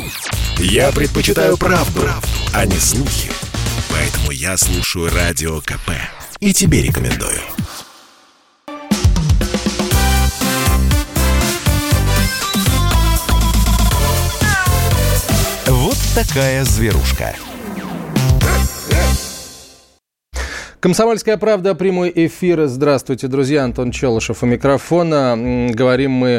Я предпочитаю правду, а не слухи. Поэтому я слушаю Радио КП. И тебе рекомендую. Вот такая зверушка. «Комсомольская правда», прямой эфир. Здравствуйте, друзья. Антон Челышев у микрофона. Говорим,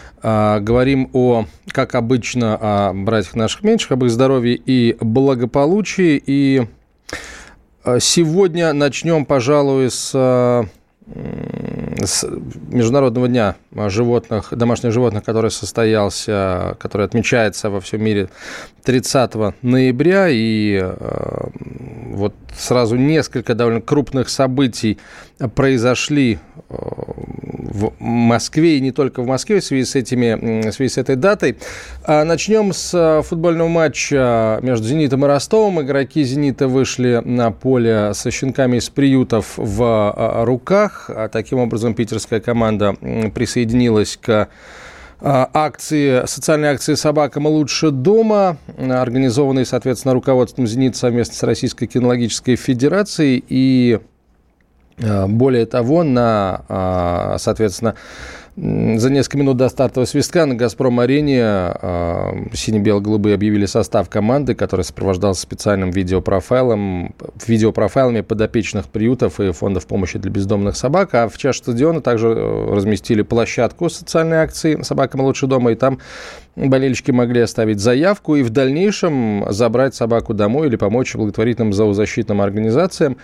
как обычно, о братьях наших меньших, об их здоровье и благополучии. И сегодня начнем, пожалуй, с Международного дня домашних животных, который отмечается во всем мире 30 ноября. И вот сразу несколько довольно крупных событий произошли в Москве, и не только в Москве, в связи с этой датой. Начнем с футбольного матча между «Зенитом» и «Ростовом». Игроки «Зенита» вышли на поле со щенками из приютов в руках. Таким образом, питерская команда присоединилась к социальной акции «Собакам лучше дома», организованной, соответственно, руководством «Зенита» совместно с Российской кинологической федерацией. И более того, соответственно, за несколько минут до стартового свистка на «Газпром-арене» сине-бело-голубые объявили состав команды, который сопровождался специальным видеопрофайлами подопечных приютов и фондов помощи для бездомных собак. А в чаше стадиона также разместили площадку социальной акции «Собакам лучше дома», и там болельщики могли оставить заявку и в дальнейшем забрать собаку домой или помочь благотворительным зоозащитным организациям.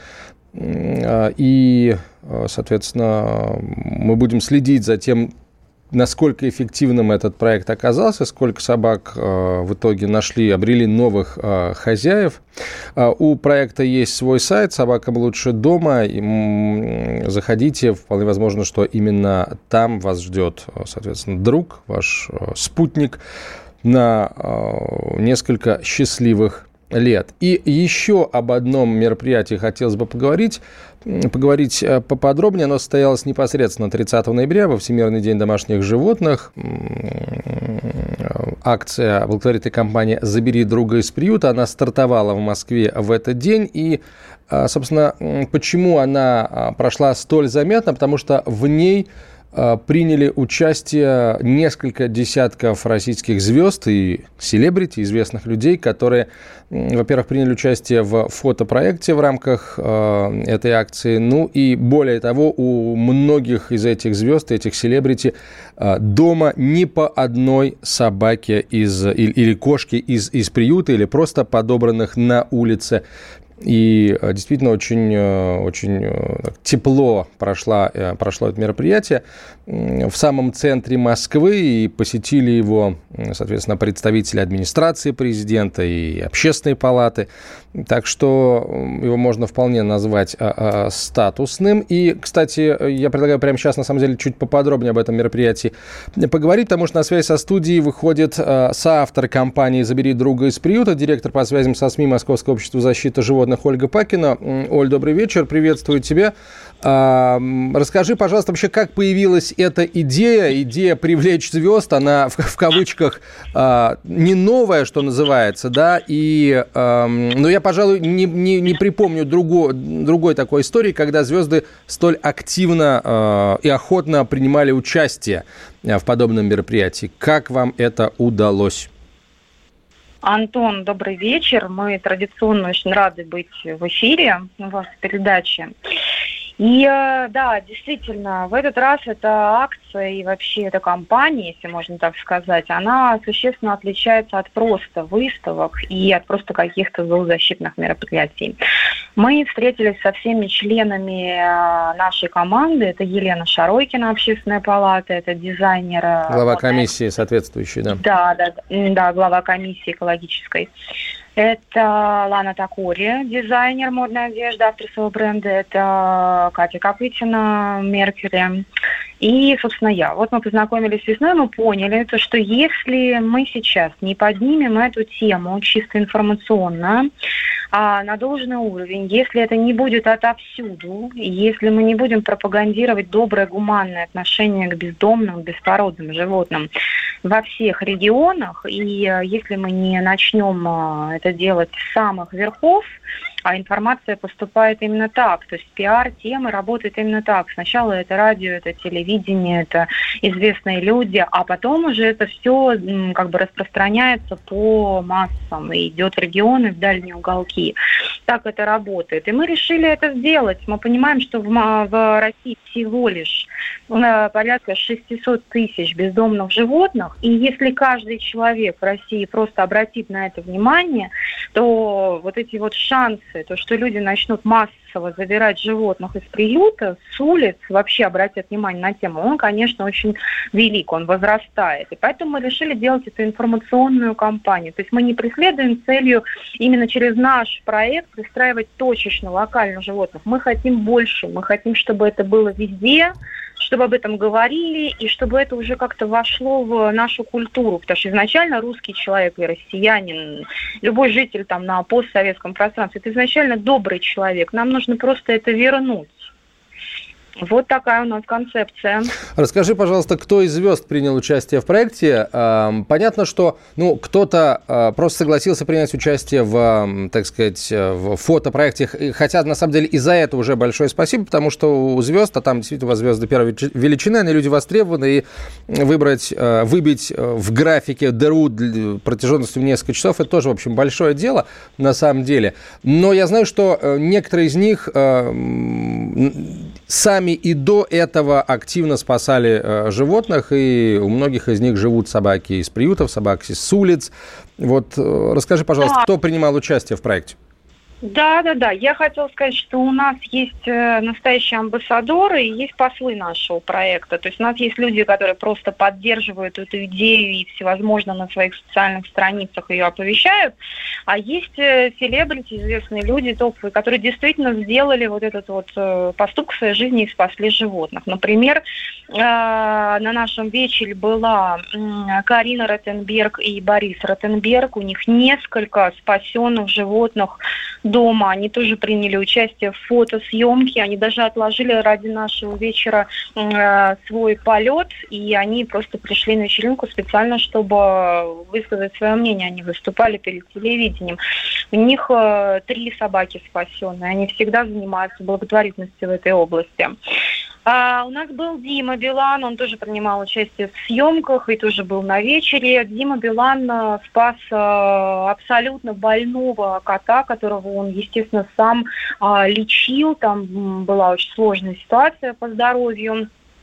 И, соответственно, мы будем следить за тем, насколько эффективным этот проект оказался, сколько собак в итоге обрели новых хозяев. У проекта есть свой сайт «Собакам лучше дома». Заходите, вполне возможно, что именно там вас ждет, соответственно, друг, ваш спутник на несколько счастливых лет. И еще об одном мероприятии хотелось бы поговорить поподробнее. Оно состоялось непосредственно 30 ноября, во Всемирный день домашних животных. Акция благотворительной компании «Забери друга из приюта», она стартовала в Москве в этот день. И, собственно, почему она прошла столь заметно? Потому что в ней приняли участие несколько десятков российских звезд и селебрити, известных людей, которые, во-первых, приняли участие в фотопроекте в рамках этой акции. Ну и более того, у многих из этих звезд, этих селебрити, дома не по одной собаке или кошке из приюта, или просто подобранных на улице. И действительно очень тепло прошло это мероприятие в самом центре Москвы, и посетили его, соответственно, представители администрации президента и общественной палаты. Так что его можно вполне назвать статусным. И, кстати, я предлагаю прямо сейчас, на самом деле, чуть поподробнее об этом мероприятии поговорить, потому что на связь со студией выходит соавтор компании «Забери друга из приюта», директор по связям со СМИ Московского общества защиты животных Ольга Пакина. Оль, добрый вечер, приветствую тебя. Расскажи, пожалуйста, вообще, как появилась эта идея привлечь звезд, она в кавычках не новая, что называется, да, но я, пожалуй, не припомню другой такой истории, когда звезды столь активно и охотно принимали участие в подобном мероприятии. Как вам это удалось? Антон, добрый вечер. Мы традиционно очень рады быть в эфире у вас в передаче. И да, действительно, в этот раз эта акция и вообще эта кампания, если можно так сказать, она существенно отличается от просто выставок и от просто каких-то зоозащитных мероприятий. Мы встретились со всеми членами нашей команды. Это Елена Шаройкина, Общественная палата, это дизайнер... Глава комиссии соответствующей, да? Да, глава комиссии экологической. Это Лана Такори, дизайнер модной одежды, автор своего бренда. Это Катя Копытина, Меркьюри. И, собственно, я. Вот мы познакомились весной, мы поняли, что если мы сейчас не поднимем эту тему чисто информационно, на должный уровень, если это не будет отовсюду, если мы не будем пропагандировать доброе, гуманное отношение к бездомным, беспородным животным во всех регионах, и если мы не начнем это делать с самых верхов, а информация поступает именно так, то есть пиар-темы работают именно так. Сначала это радио, это телевидение, это известные люди, а потом уже это все как бы распространяется по массам и идет в регионы, в дальние уголки. Так это работает. И мы решили это сделать. Мы понимаем, что в России всего лишь порядка 600 тысяч бездомных животных, и если каждый человек в России просто обратит на это внимание, то вот эти вот шансы, то, что люди начнут массово забирать животных из приюта, с улиц, вообще обратят внимание на тему, он, конечно, очень велик, он возрастает. И поэтому мы решили делать эту информационную кампанию. То есть мы не преследуем целью именно через наш проект пристраивать точечно, локально животных. Мы хотим больше, мы хотим, чтобы это было везде, чтобы об этом говорили, и чтобы это уже как-то вошло в нашу культуру. Потому что изначально русский человек и россиянин, любой житель там на постсоветском пространстве, это изначально добрый человек. Нам нужно просто это вернуть. Вот такая у нас концепция. Расскажи, пожалуйста, кто из звезд принял участие в проекте? Понятно, что кто-то просто согласился принять участие в, так сказать, в фотопроекте, хотя, на самом деле, и за это уже большое спасибо, потому что у звезд, а там действительно у вас звезды первой величины, они люди востребованы, и выбить в графике дыру протяженностью в несколько часов, это тоже, в общем, большое дело, на самом деле. Но я знаю, что некоторые из них сами и до этого активно спасали животных, и у многих из них живут собаки из приютов, собаки с улиц. Вот расскажи, пожалуйста, кто принимал участие в проекте? Да. Я хотела сказать, что у нас есть настоящие амбассадоры и есть послы нашего проекта. То есть у нас есть люди, которые просто поддерживают эту идею и всевозможно на своих социальных страницах ее оповещают. А есть селебрити, известные люди, топовые, которые действительно сделали вот этот вот поступок в своей жизни и спасли животных. Например, на нашем вечере была Карина Ротенберг и Борис Ротенберг. У них несколько спасенных животных дома. Они тоже приняли участие в фотосъемке. Они даже отложили ради нашего вечера свой полет, и они просто пришли на вечеринку специально, чтобы высказать свое мнение. Они выступали перед телевидением. У них 3 собаки спасенные. Они всегда занимаются благотворительностью в этой области. У нас был Дима Билан, он тоже принимал участие в съемках и тоже был на вечере. Дима Билан спас абсолютно больного кота, которого он, естественно, сам лечил. Там была очень сложная ситуация по здоровью.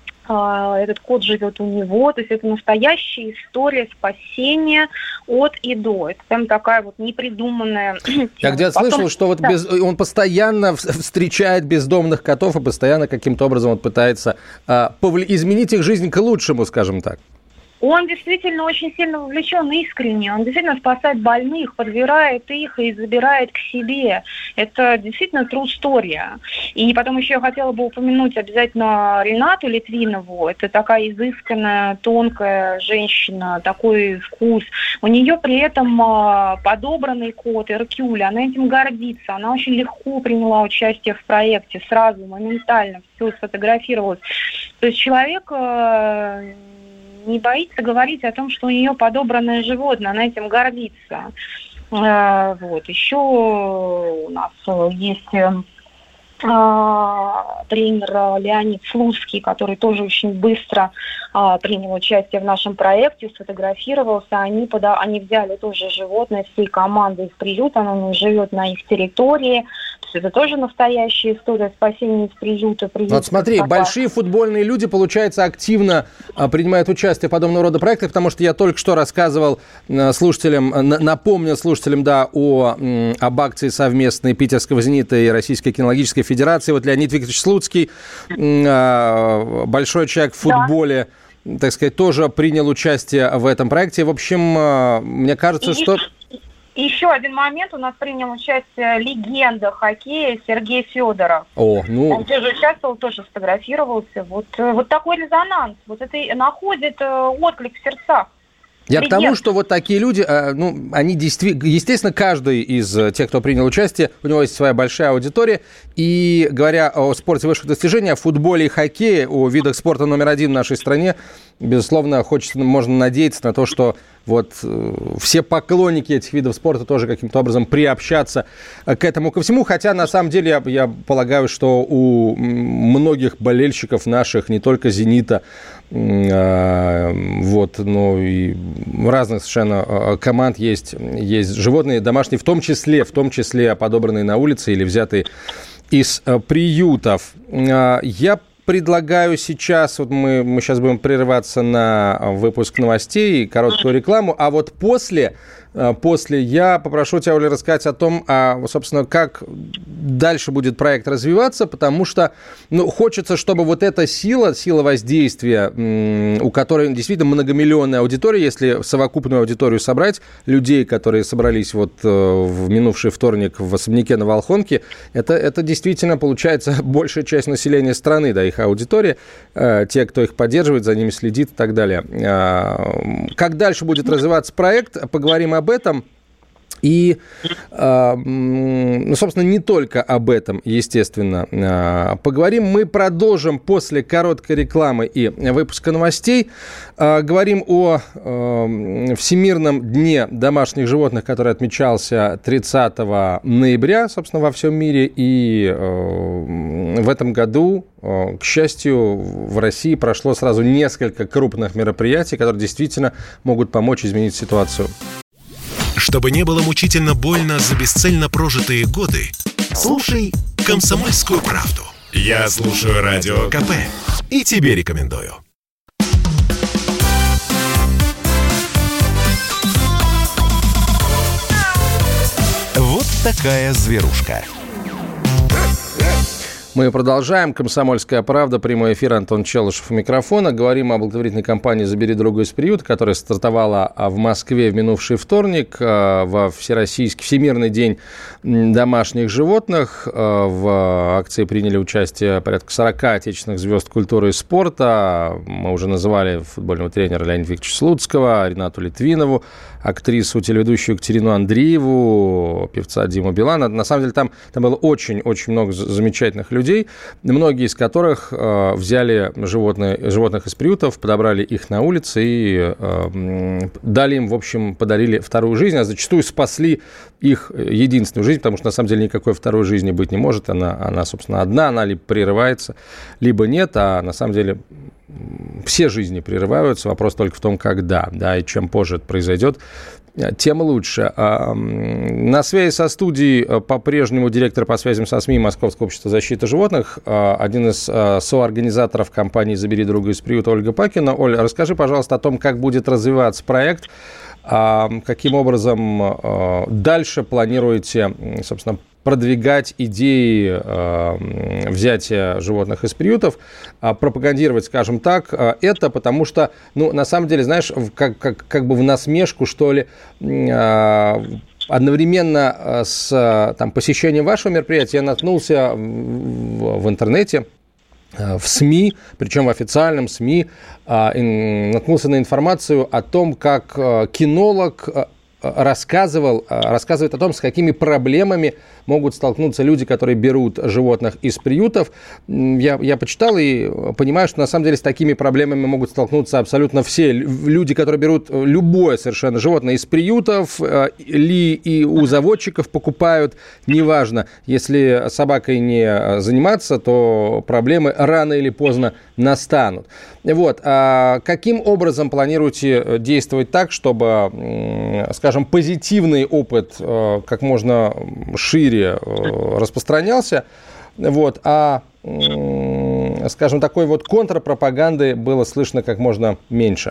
Этот кот живет у него, то есть это настоящая история спасения от и до. Это прям такая вот непридуманная тема. Я где-то слышал, что вот он постоянно встречает бездомных котов и постоянно каким-то образом пытается изменить их жизнь к лучшему, скажем так. Он действительно очень сильно вовлечен, искренне. Он действительно спасает больных, подбирает их и забирает к себе. Это действительно true story. И потом еще я хотела бы упомянуть обязательно Ренату Литвинову. Это такая изысканная, тонкая женщина, такой вкус. У нее при этом подобранный кот Эркюль. Она этим гордится. Она очень легко приняла участие в проекте. Сразу, моментально все сфотографировалось. То есть человек не боится говорить о том, что у нее подобранное животное, она этим гордится. Вот. Еще у нас есть тренер Леонид Слуцкий, который тоже очень быстро принял участие в нашем проекте, сфотографировался. Они взяли тоже животное всей команды из приюта, оно живет на их территории. То есть это тоже настоящая история спасения из приюта. Вот смотри, большие футбольные люди, получается, активно принимают участие в подобного рода проектах, потому что я только что рассказывал слушателям, напомнил слушателям, об акции совместной питерского «Зенита» и Российской кинологической федерации. Вот Леонид Викторович Слуцкий, большой человек в футболе, так сказать, тоже принял участие в этом проекте. В общем, мне кажется, что... Еще один момент. У нас принял участие легенда хоккея Сергей Федоров. Он тоже участвовал, тоже сфотографировался. Вот такой резонанс. Вот это находит отклик в сердцах. Я к тому, что вот такие люди, они естественно, каждый из тех, кто принял участие, у него есть своя большая аудитория. И говоря о спорте высших достижений, о футболе и хоккее, о видах спорта номер один в нашей стране, безусловно, можно надеяться на то, что вот все поклонники этих видов спорта тоже каким-то образом приобщаться к этому ко всему. Хотя, на самом деле, я полагаю, что у многих болельщиков наших, не только «Зенита», но и разных совершенно команд есть животные домашние, в том числе подобранные на улице или взятые из приютов. Я предлагаю сейчас, вот мы сейчас будем прерываться на выпуск новостей и короткую рекламу, а вот после я попрошу тебя, Оля, рассказать о том, собственно, как дальше будет проект развиваться, потому что хочется, чтобы вот эта сила воздействия, у которой действительно многомиллионная аудитория, если совокупную аудиторию собрать, людей, которые собрались вот в минувший вторник в особняке на Волхонке, это действительно получается большая часть населения страны, да, их аудитория, те, кто их поддерживает, за ними следит и так далее. Как дальше будет развиваться проект, поговорим об этом. И, собственно, не только об этом, естественно, поговорим. Мы продолжим после короткой рекламы и выпуска новостей. Говорим о Всемирном дне домашних животных, который отмечался 30 ноября, собственно, во всем мире. И в этом году, к счастью, в России прошло сразу несколько крупных мероприятий, которые действительно могут помочь изменить ситуацию. Чтобы не было мучительно больно за бесцельно прожитые годы, слушай «Комсомольскую правду». Я слушаю Радио КП и тебе рекомендую. Вот такая зверушка. Мы продолжаем. «Комсомольская правда», прямой эфир, Антон Челышев у микрофона. Говорим о благотворительной кампании «Забери другу из приюта», которая стартовала в Москве в минувший вторник, во Всемирный день домашних животных. В акции приняли участие порядка 40 отечественных звезд культуры и спорта. Мы уже называли футбольного тренера Леонида Викторовича Слуцкого, Ренату Литвинову, актрису, телеведущую Екатерину Андрееву, певца Диму Билана. На самом деле там было очень-очень много замечательных людей, многие из которых взяли животных из приютов, подобрали их на улице и дали им, в общем, подарили вторую жизнь, а зачастую спасли их единственную жизнь, потому что, на самом деле, никакой второй жизни быть не может. Она, собственно, одна, она либо прерывается, либо нет, а на самом деле все жизни прерываются, вопрос только в том, когда, да, и чем позже это произойдет, тем лучше. На связи со студией по-прежнему директор по связям со СМИ Московского общества защиты животных, один из соорганизаторов кампании «Забери друга из приюта» Ольга Пакина. Оля, расскажи, пожалуйста, о том, как будет развиваться проект, каким образом дальше планируете, собственно, продвигать идеи взятия животных из приютов, пропагандировать, скажем так, это, потому что, на самом деле, знаешь, как бы в насмешку, что ли, одновременно с посещением вашего мероприятия я наткнулся в интернете, в СМИ, причем в официальном СМИ, наткнулся на информацию о том, как кинолог рассказывает о том, с какими проблемами могут столкнуться люди, которые берут животных из приютов. Я почитал и понимаю, что на самом деле с такими проблемами могут столкнуться абсолютно все люди, которые берут любое совершенно животное из приютов, и у заводчиков покупают, неважно. Если собакой не заниматься, то проблемы рано или поздно настанут. Вот. Каким образом планируете действовать так, чтобы, скажем, позитивный опыт как можно шире распространялся, вот, скажем, такой вот контрпропаганды было слышно как можно меньше?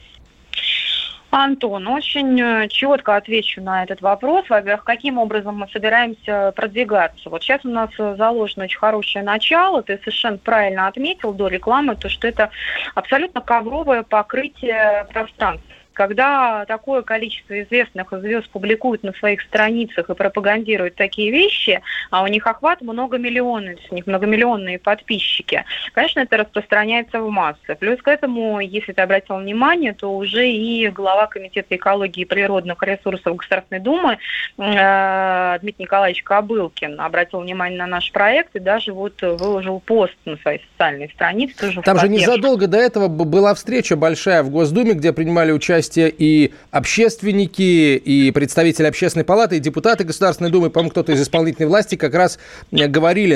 Антон, очень четко отвечу на этот вопрос. Во-первых, каким образом мы собираемся продвигаться? Вот сейчас у нас заложено очень хорошее начало. Ты совершенно правильно отметил до рекламы, то, что это абсолютно ковровое покрытие пространства. когда такое количество известных звезд публикуют на своих страницах и пропагандируют такие вещи, а у них охват многомиллионный, у них многомиллионные подписчики, конечно, это распространяется в массы. Плюс к этому, если ты обратил внимание, то уже и глава Комитета экологии и природных ресурсов Государственной Думы Дмитрий Николаевич Кобылкин обратил внимание на наш проект и даже вот выложил пост на своей социальной странице. Тоже там же незадолго до этого была встреча большая в Госдуме, где принимали участие и общественники, и представители Общественной палаты, и депутаты Государственной Думы, по-моему, кто-то из исполнительной власти как раз говорили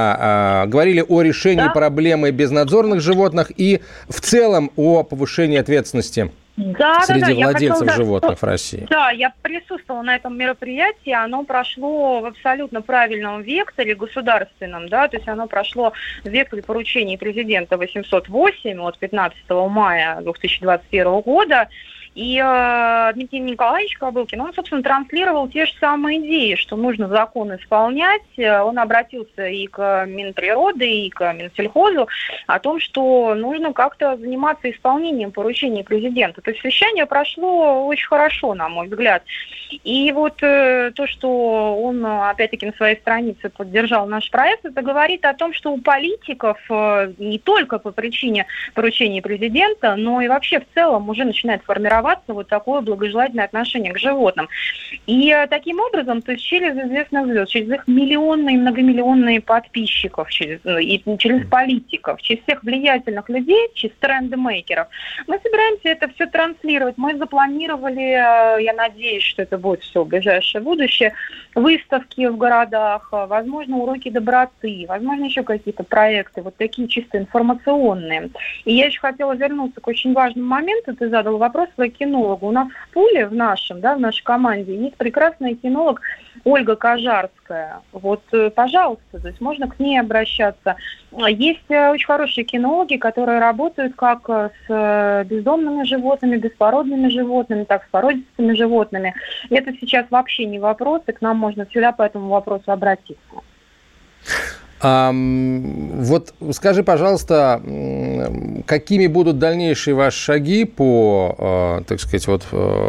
о решении проблемы безнадзорных животных и в целом о повышении ответственности среди владельцев животных в России. Да, я присутствовала на этом мероприятии, оно прошло в абсолютно правильном векторе государственном, да, то есть оно прошло в векторе поручений президента 808 от 15 мая 2021 года. И Дмитрий Николаевич Кобылкин, он, собственно, транслировал те же самые идеи, что нужно закон исполнять. Он обратился и к Минприроды, и к Минсельхозу о том, что нужно как-то заниматься исполнением поручений президента. То есть совещание прошло очень хорошо, на мой взгляд. И вот то, что он, опять-таки, на своей странице поддержал наш проект, это говорит о том, что у политиков не только по причине поручений президента, но и вообще в целом уже начинает формироваться вот такое благожелательное отношение к животным. И таким образом, то есть через известных звезд, через их миллионные и многомиллионные подписчиков, через политиков, через всех влиятельных людей, через трендмейкеров, мы собираемся это все транслировать. Мы запланировали, я надеюсь, что это будет все в ближайшее будущее, выставки в городах, возможно, уроки доброты, возможно, еще какие-то проекты, вот такие чисто информационные. И я еще хотела вернуться к очень важному моменту. Ты задал вопрос о кинологу. У нас в пуле, в нашей команде, есть прекрасная кинолог Ольга Кожарская. Вот, пожалуйста, то есть можно к ней обращаться. Есть очень хорошие кинологи, которые работают как с бездомными животными, беспородными животными, так и с породистыми животными. И это сейчас вообще не вопрос, и к нам можно всегда по этому вопросу обратиться. Вот скажи, пожалуйста, какими будут дальнейшие ваши шаги по, так сказать, вот,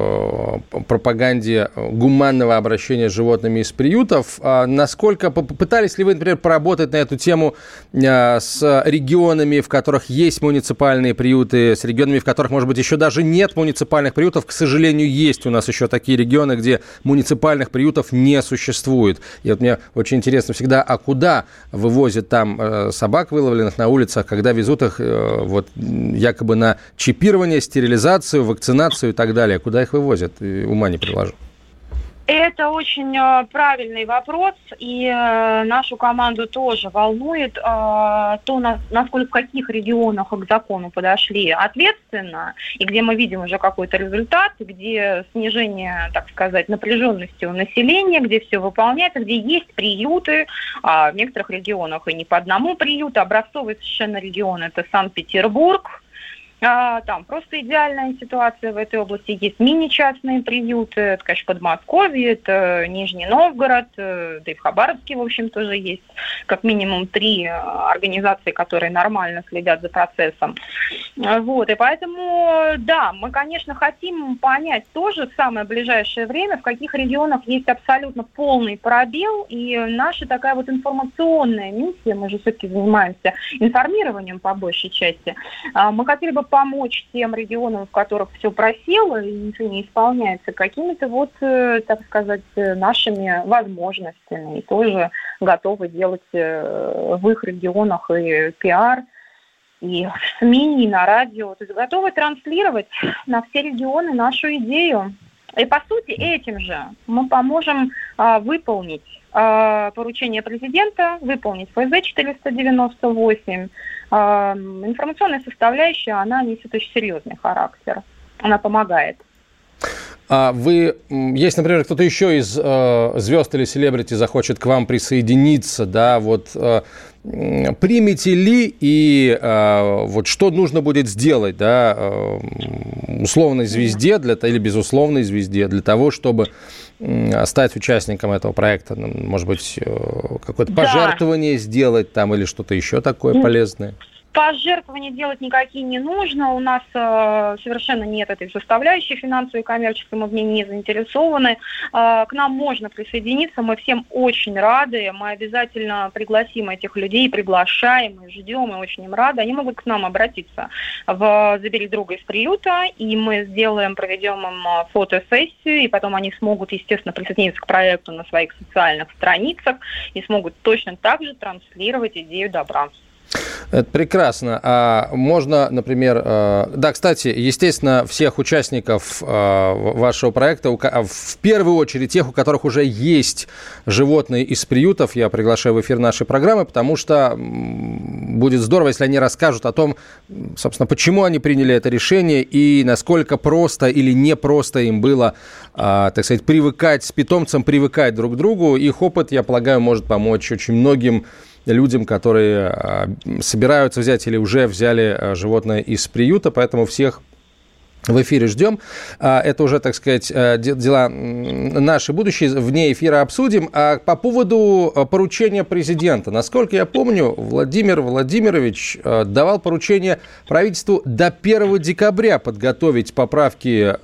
пропаганде гуманного обращения с животными из приютов? Насколько попытались ли вы, например, поработать на эту тему с регионами, в которых есть муниципальные приюты, с регионами, в которых, может быть, еще даже нет муниципальных приютов? К сожалению, есть у нас еще такие регионы, где муниципальных приютов не существует. И вот мне очень интересно всегда, а куда вывозят там собак, выловленных на улицах, когда везут их вот якобы на чипирование, стерилизацию, вакцинацию и так далее. Куда их вывозят? Ума не приложу. Это очень правильный вопрос, и нашу команду тоже волнует то, насколько в каких регионах к закону подошли ответственно, и где мы видим уже какой-то результат, где снижение, так сказать, напряженности у населения, где все выполняется, где есть приюты, в некоторых регионах и не по одному приюту. Образцовый совершенно регион – это Санкт-Петербург. Там просто идеальная ситуация в этой области. Есть мини-частные приюты, это, конечно, Подмосковье, это Нижний Новгород, да и в Хабаровске, в общем, тоже есть как минимум 3 организации, которые нормально следят за процессом. Вот, и поэтому, да, мы, конечно, хотим понять тоже в самое ближайшее время, в каких регионах есть абсолютно полный пробел, и наша такая вот информационная миссия, мы же все-таки занимаемся информированием по большей части, мы хотели бы помочь тем регионам, в которых все просело и ничего не исполняется, какими-то вот, так сказать, нашими возможностями. И тоже готовы делать в их регионах и пиар, и в СМИ, и на радио. То есть готовы транслировать на все регионы нашу идею. И, по сути, этим же мы поможем выполнить поручение президента, выполнить ФЗ-498. Информационная составляющая, она несет очень серьезный характер. Она помогает. Если, например, кто-то еще из звезд или селебрити захочет к вам присоединиться, да, вот примете ли и вот что нужно будет сделать, да, условной звезде или безусловной звезде для того, чтобы стать участником этого проекта? Может быть, какое-то пожертвование сделать там или что-то еще такое полезное? Пожертвования делать никакие не нужно. У нас совершенно нет этой составляющей финансовой и коммерческой, мы в ней не заинтересованы. К нам можно присоединиться, мы всем очень рады. Мы обязательно пригласим этих людей, приглашаем, и ждем, и очень им рады. Они могут к нам обратиться в «Забери друга из приюта», и мы проведем им фотосессию, и потом они смогут, естественно, присоединиться к проекту на своих социальных страницах и смогут точно так же транслировать идею добра. Это прекрасно. А можно, например... Да, кстати, естественно, всех участников вашего проекта, в первую очередь тех, у которых уже есть животные из приютов, я приглашаю в эфир нашей программы, потому что будет здорово, если они расскажут о том, собственно, почему они приняли это решение и насколько просто или непросто им было, так сказать, привыкать с питомцем, привыкать друг к другу. Их опыт, я полагаю, может помочь очень многим людям, которые собираются взять или уже взяли животное из приюта, поэтому всех в эфире ждем. Это уже, так сказать, дела наши будущие, вне эфира обсудим. А по поводу поручения президента. Насколько я помню, Владимир Владимирович давал поручение правительству до 1 декабря подготовить поправки,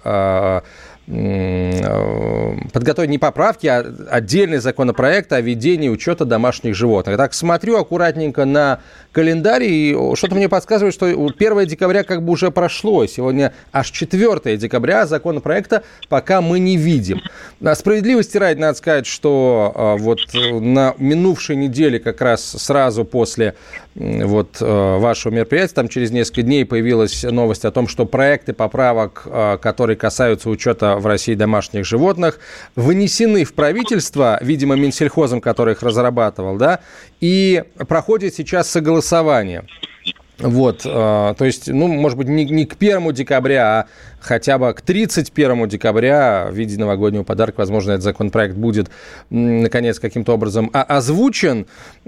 подготовить не поправки, а отдельный законопроект о ведении учета домашних животных. Так, смотрю аккуратненько на календарь, и что-то мне подсказывает, что 1 декабря как бы уже прошло. Сегодня аж 4 декабря, законопроекта пока мы не видим. Справедливости ради, надо сказать, что вот на минувшей неделе, как раз сразу после вот вашего мероприятия, там через несколько дней появилась новость о том, что проекты поправок, которые касаются учета в России домашних животных, вынесены в правительство, видимо, Минсельхозом, который их разрабатывал, да, и проходит сейчас согласование. Вот, то есть, ну, может быть, не к 1 декабря, а хотя бы к 31 декабря в виде новогоднего подарка, возможно, этот законопроект будет, наконец, каким-то образом озвучен.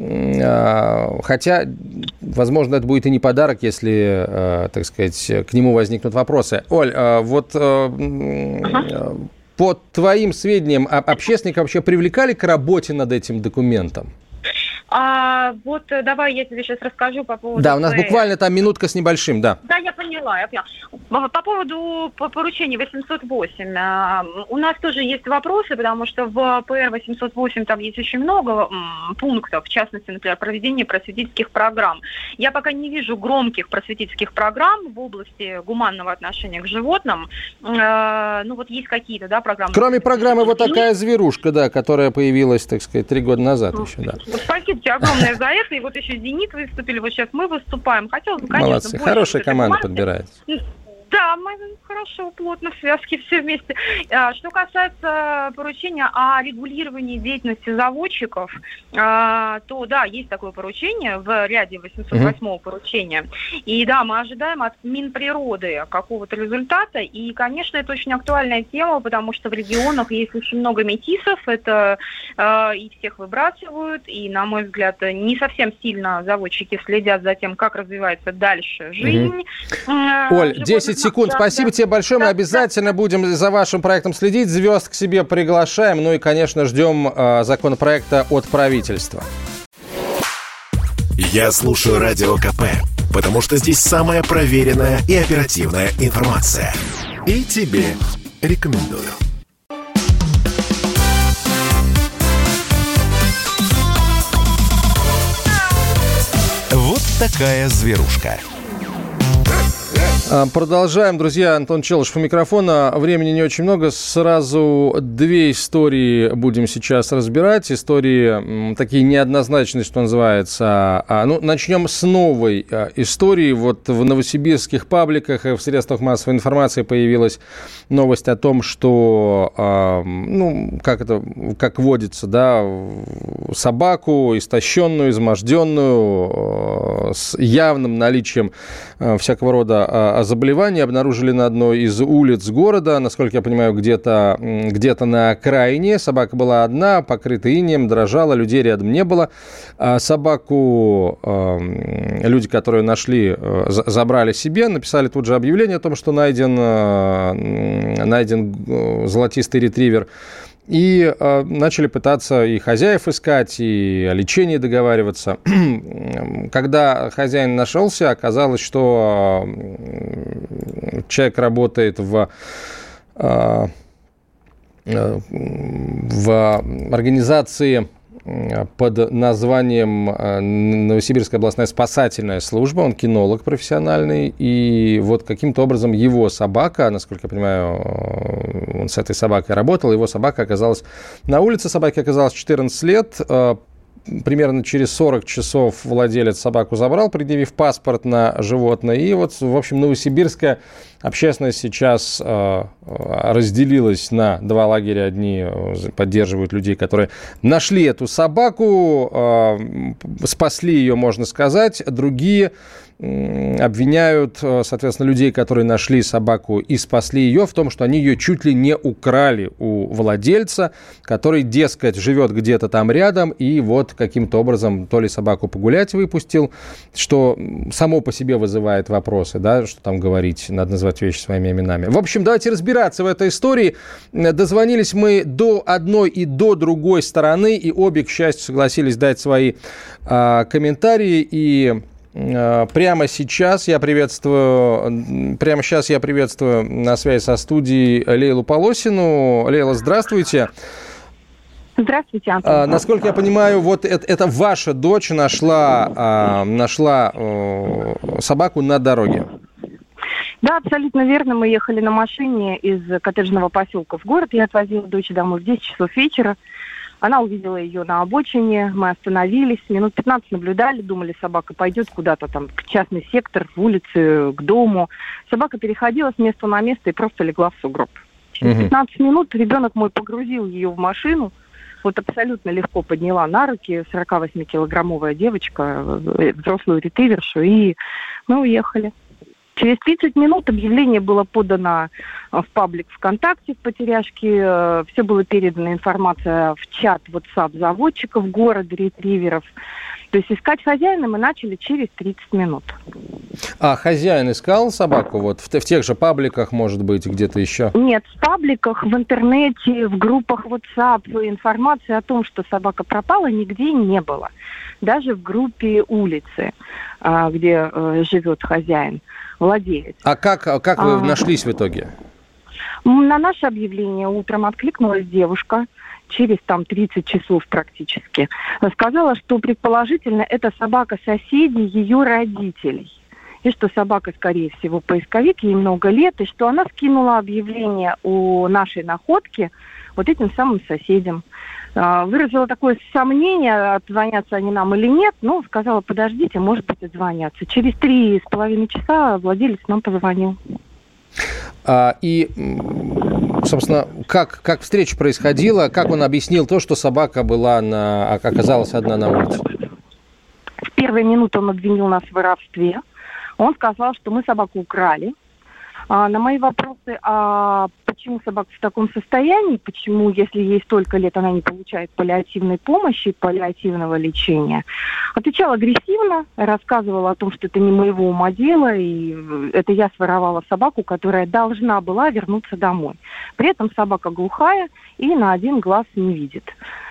Хотя, возможно, это будет и не подарок, если, так сказать, к нему возникнут вопросы. Оль, вот по твоим сведениям, общественника вообще привлекали к работе над этим документом? Вот давай я тебе сейчас расскажу по поводу... Да, у нас буквально там минутка с небольшим, да. Да, я поняла. По поводу поручения 808. У нас тоже есть вопросы, потому что в ПР 808 там есть очень много пунктов, в частности, например, проведение просветительских программ. Я пока не вижу громких просветительских программ в области гуманного отношения к животным. Ну вот есть какие-то, да, программы. Кроме программы «Вот такая зверушка», да, которая появилась, так сказать, 3 года назад еще, да. Спасибо тебе огромное за это. И вот еще «Зенит» выступили, вот сейчас мы выступаем. Хотелось бы, конечно, молодцы, хорошая команда подбирается. Да, мы хорошо, плотно, в связке все вместе. Что касается поручения о регулировании деятельности заводчиков, то да, есть такое поручение в ряде 808-го поручения. И да, мы ожидаем от Минприроды какого-то результата. И, конечно, это очень актуальная тема, потому что в регионах есть очень много метисов, это и всех выбрасывают, и, на мой взгляд, не совсем сильно заводчики следят за тем, как развивается дальше жизнь. Оль, 10 секунд. Спасибо тебе большое. Мы обязательно будем за вашим проектом следить. Звезд к себе приглашаем. Ну и, конечно, ждем законопроекта от правительства. Я слушаю Радио КП, потому что здесь самая проверенная и оперативная информация. И тебе рекомендую. Вот такая зверушка. Продолжаем, друзья. Антон Челышев у микрофона. Времени не очень много. Сразу 2 истории будем сейчас разбирать. Истории такие неоднозначные, что называется. Начнем с новой истории. Вот в новосибирских пабликах и в средствах массовой информации появилась новость о том, что, как водится, да, собаку истощенную, изможденную, с явным наличием всякого рода заболеваний обнаружили на одной из улиц города. Насколько я понимаю, где-то на окраине. Собака была одна, покрыта инеем, дрожала, людей рядом не было. Собаку люди, которые нашли, забрали себе, написали тут же объявление о том, что найден золотистый ретривер. и начали пытаться и хозяев искать, и о лечении договариваться. Когда хозяин нашелся, оказалось, что человек работает в организации под названием Новосибирская областная спасательная служба, он кинолог профессиональный, и вот каким-то образом его собака, насколько я понимаю, он с этой собакой работал, его собака оказалась на улице, собаке оказалось 14 лет, примерно через 40 часов владелец собаку забрал, предъявив паспорт на животное. И вот, в общем, новосибирская общественность сейчас разделилась на два лагеря. Одни поддерживают людей, которые нашли эту собаку, спасли ее, можно сказать. Другие обвиняют, соответственно, людей, которые нашли собаку и спасли ее, в том, что они ее чуть ли не украли у владельца, который, дескать, живет где-то там рядом и вот каким-то образом то ли собаку погулять выпустил, что само по себе вызывает вопросы, да, что там говорить, надо называть вещи своими именами. В общем, давайте разбираться в этой истории. Дозвонились мы до одной и до другой стороны, и обе, к счастью, согласились дать свои комментарии, и прямо сейчас я приветствую на связи со студией Лейлу Полосину. Лейла, здравствуйте. Здравствуйте, Антон. Насколько я понимаю, вот это ваша дочь нашла собаку на дороге. Да, абсолютно верно. Мы ехали на машине из коттеджного поселка в город. Я отвозила дочь домой в 10 часов вечера. Она увидела ее на обочине, мы остановились, минут 15 наблюдали, думали, собака пойдет куда-то там, в частный сектор, в улицу, к дому. Собака переходила с места на место и просто легла в сугроб. Через 15 минут ребенок мой погрузил ее в машину, вот абсолютно легко подняла на руки 48-килограммовая девочка, взрослую ретривершу, и мы уехали. Через 30 минут объявление было подано в паблик ВКонтакте в Потеряшке. Все было передана информация в чат WhatsApp заводчиков города, ретриверов. То есть искать хозяина мы начали через 30 минут. А хозяин искал собаку вот в тех же пабликах, может быть, где-то еще? Нет, в пабликах, в интернете, в группах WhatsApp информации о том, что собака пропала, нигде не было. Даже в группе улицы, где живет хозяин, владелец. А как вы нашлись в итоге? На наше объявление утром откликнулась девушка, через 30 часов практически. Сказала, что предположительно это собака соседей ее родителей. И что собака, скорее всего, поисковик, ей много лет, и что она скинула объявление о нашей находке вот этим самым соседям. Выразила такое сомнение, отзвонятся они нам или нет, но сказала, подождите, может быть, отзвонятся. Через 3,5 часа владелец нам позвонил. И, собственно, как встреча происходила, как он объяснил то, что собака оказалась одна на улице? В первые минуты он обвинил нас в воровстве. Он сказал, что мы собаку украли. На мои вопросы, почему собака в таком состоянии, почему, если ей столько лет, она не получает паллиативной помощи, паллиативного лечения, отвечала агрессивно, рассказывала о том, что это не моего ума дело, и это я своровала собаку, которая должна была вернуться домой. При этом собака глухая и на один глаз не видит.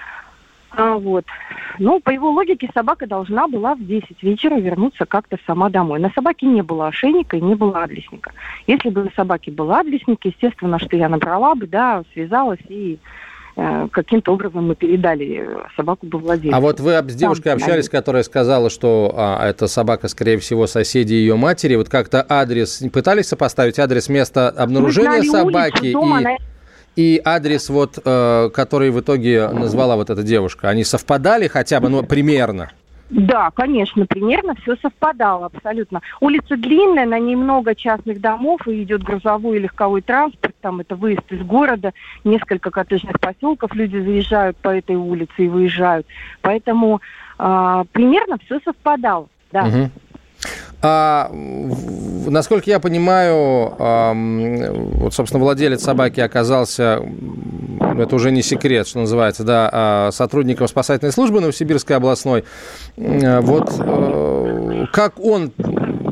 Вот. Ну, по его логике, собака должна была в 10 вечера вернуться как-то сама домой. На собаке не было ошейника и не было адресника. Если бы на собаке был адресник, естественно, что я набрала бы, да, связалась и каким-то образом мы передали собаку бы владельцу. А вот вы с девушкой общались, которая сказала, что эта собака, скорее всего, соседи ее матери. Вот как-то адрес, пытались сопоставить адрес места обнаружения собаки и адрес, который в итоге назвала вот эта девушка? Они совпадали хотя бы, примерно? Да, конечно, примерно все совпадало абсолютно. Улица длинная, на ней много частных домов, и идет грузовой и легковой транспорт, там это выезд из города, несколько коттеджных поселков, люди заезжают по этой улице и выезжают. Поэтому примерно все совпадало, да. Угу. Насколько я понимаю, вот, собственно, владелец собаки оказался, это уже не секрет, что называется, да, сотрудником спасательной службы Новосибирской областной. Вот как он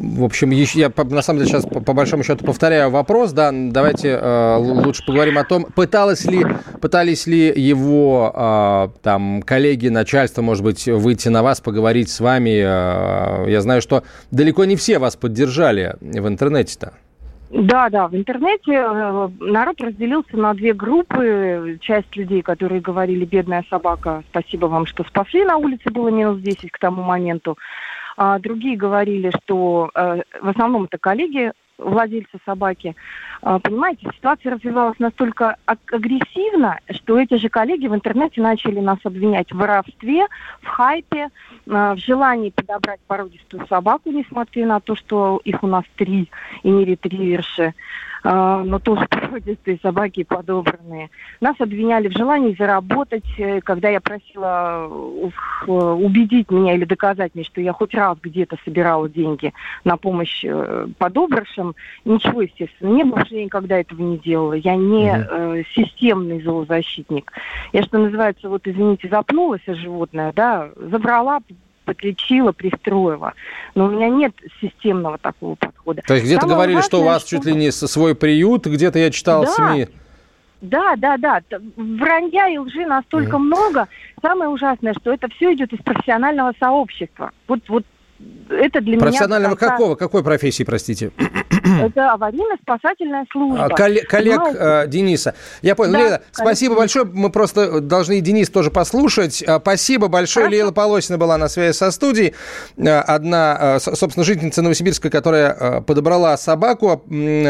В общем, я на самом деле сейчас по большому счету повторяю вопрос, да, давайте лучше поговорим о том, пытались ли его там коллеги, начальство, может быть, выйти на вас, поговорить с вами. Я знаю, что далеко не все вас поддержали в интернете-то. Да, в интернете народ разделился на две группы. Часть людей, которые говорили: бедная собака, спасибо вам, что спасли, на улице было минус 10 к тому моменту. А другие говорили, что в основном это коллеги, владельцы собаки. Понимаете, ситуация развивалась настолько агрессивно, что эти же коллеги в интернете начали нас обвинять в воровстве, в хайпе, в желании подобрать породистую собаку, несмотря на то, что их у нас 3 и не ретриверши, но тоже породистые собаки подобранные. Нас обвиняли в желании заработать. Когда я просила убедить меня или доказать мне, что я хоть раз где-то собирала деньги на помощь подобравшим, ничего, естественно, не было, я никогда этого не делала. Я не системный зоозащитник. Я, что называется, вот, извините, запнулась животное, да, забрала, подлечила, пристроила. Но у меня нет системного такого подхода. То есть где-то говорили, важное, что у вас чуть ли не свой приют, где-то я читал в СМИ. Да. Вранья и лжи настолько много. Самое ужасное, что это все идет из профессионального сообщества. Вот это для меня... Профессионального какого? Какой профессии, простите? Это аварийно-спасательная служба. Коллег Дениса. Я понял. Да, Лейла, спасибо большое. Мы просто должны и Денис тоже послушать. Спасибо большое. Хорошо. Лейла Полосина была на связи со студией. Одна, собственно, жительница Новосибирска, которая подобрала собаку.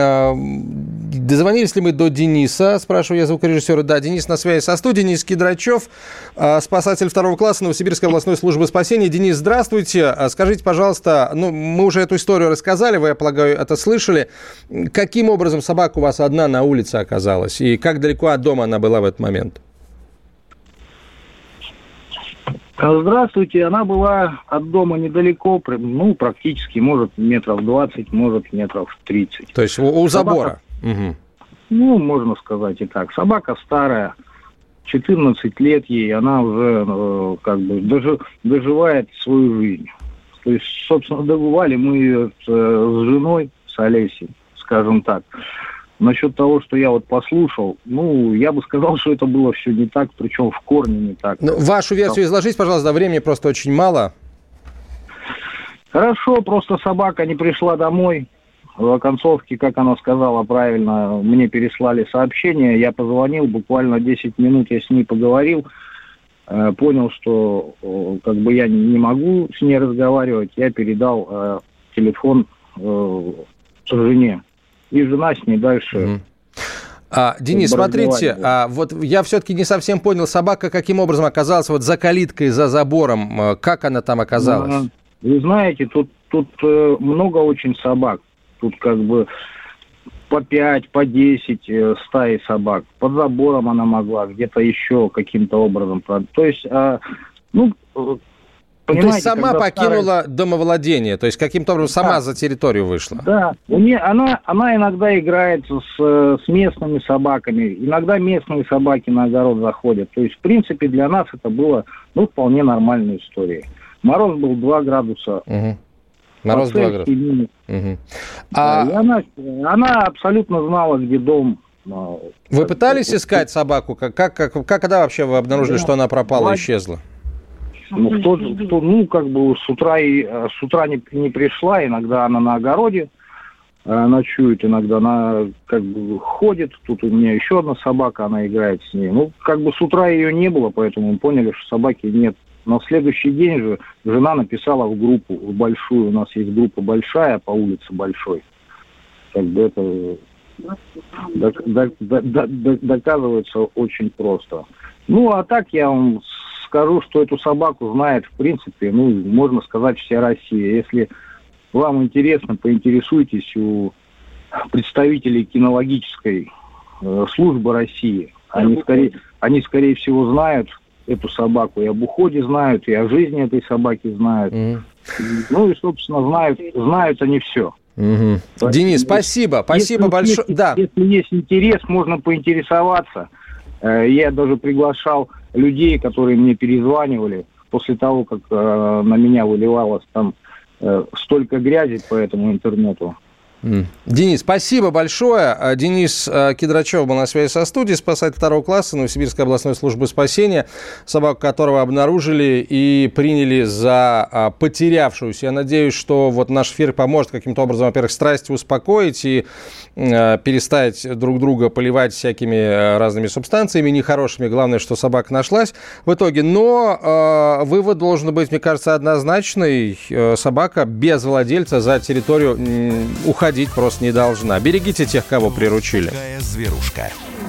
Дозвонились ли мы до Дениса? Спрашиваю я звукорежиссера. Да, Денис на связи со студией. Денис Кедрачев, спасатель 2 класса Новосибирской областной службы спасения. Денис, здравствуйте. Скажите, пожалуйста, мы уже эту историю рассказали, вы, я полагаю, это слышали. Каким образом собака у вас одна на улице оказалась? И как далеко от дома она была в этот момент? Здравствуйте. Она была от дома недалеко, практически, может, метров 20, может, метров 30. То есть у забора? Угу. Можно сказать и так. Собака старая, 14 лет ей, она уже доживает свою жизнь. То есть, собственно, добывали мы ее с женой, с Олесей, скажем так. Насчет того, что я послушал, я бы сказал, что это было все не так, причем в корне не так. Вашу версию изложите, пожалуйста, времени просто очень мало. Хорошо, просто собака не пришла домой. В оконцовке, как она сказала правильно, мне переслали сообщение, я позвонил, буквально 10 минут я с ней поговорил, понял, что я не могу с ней разговаривать, я передал телефон жене. И жена с ней дальше... Денис, смотрите, я все-таки не совсем понял, собака каким образом оказалась за калиткой, за забором, как она там оказалась? Вы знаете, тут много очень собак, тут по 5, по 10 стаи собак. Под забором она могла, где-то еще каким-то образом. То есть, то есть сама покинула домовладение, то есть каким-то образом сама за территорию вышла. Да, она иногда играет с местными собаками, иногда местные собаки на огород заходят. То есть, в принципе, для нас это было вполне нормальной историей. Мороз был 2 градуса. Угу. Мороз 2 градуса. Угу. И она абсолютно знала, где дом. Вы пытались искать собаку? Когда вообще вы обнаружили, что она пропала, исчезла? с утра не пришла, иногда она на огороде ночует, иногда она ходит. Тут у меня еще одна собака, она играет с ней. С утра ее не было, поэтому мы поняли, что собаки нет. Но в следующий день же жена написала в группу, в большую, у нас есть группа большая по улице Большой. Это доказывается очень просто. А так я вам скажу, что эту собаку знает, в принципе, можно сказать, вся Россия. Если вам интересно, поинтересуйтесь у представителей кинологической службы России. Они, скорее всего, знают эту собаку, и об уходе знают, и о жизни этой собаки знают. И, собственно, знают они все. Денис, спасибо большое. Если есть интерес, можно поинтересоваться. Я даже приглашал людей, которые мне перезванивали после того, как на меня выливалась там столько грязи по этому интернету. Денис, спасибо большое. Денис Кедрачев был на связи со студией, спасатель 2 класса Новосибирской областной службы спасения, собаку которого обнаружили и приняли за потерявшуюся. Я надеюсь, что вот наш эфир поможет каким-то образом, во-первых, страсти успокоить и перестать друг друга поливать всякими разными субстанциями нехорошими. Главное, что собака нашлась в итоге. Но вывод должен быть, мне кажется, однозначный. Собака без владельца за территорию уходить просто не должна. Берегите тех, кого приручили. Зверушка.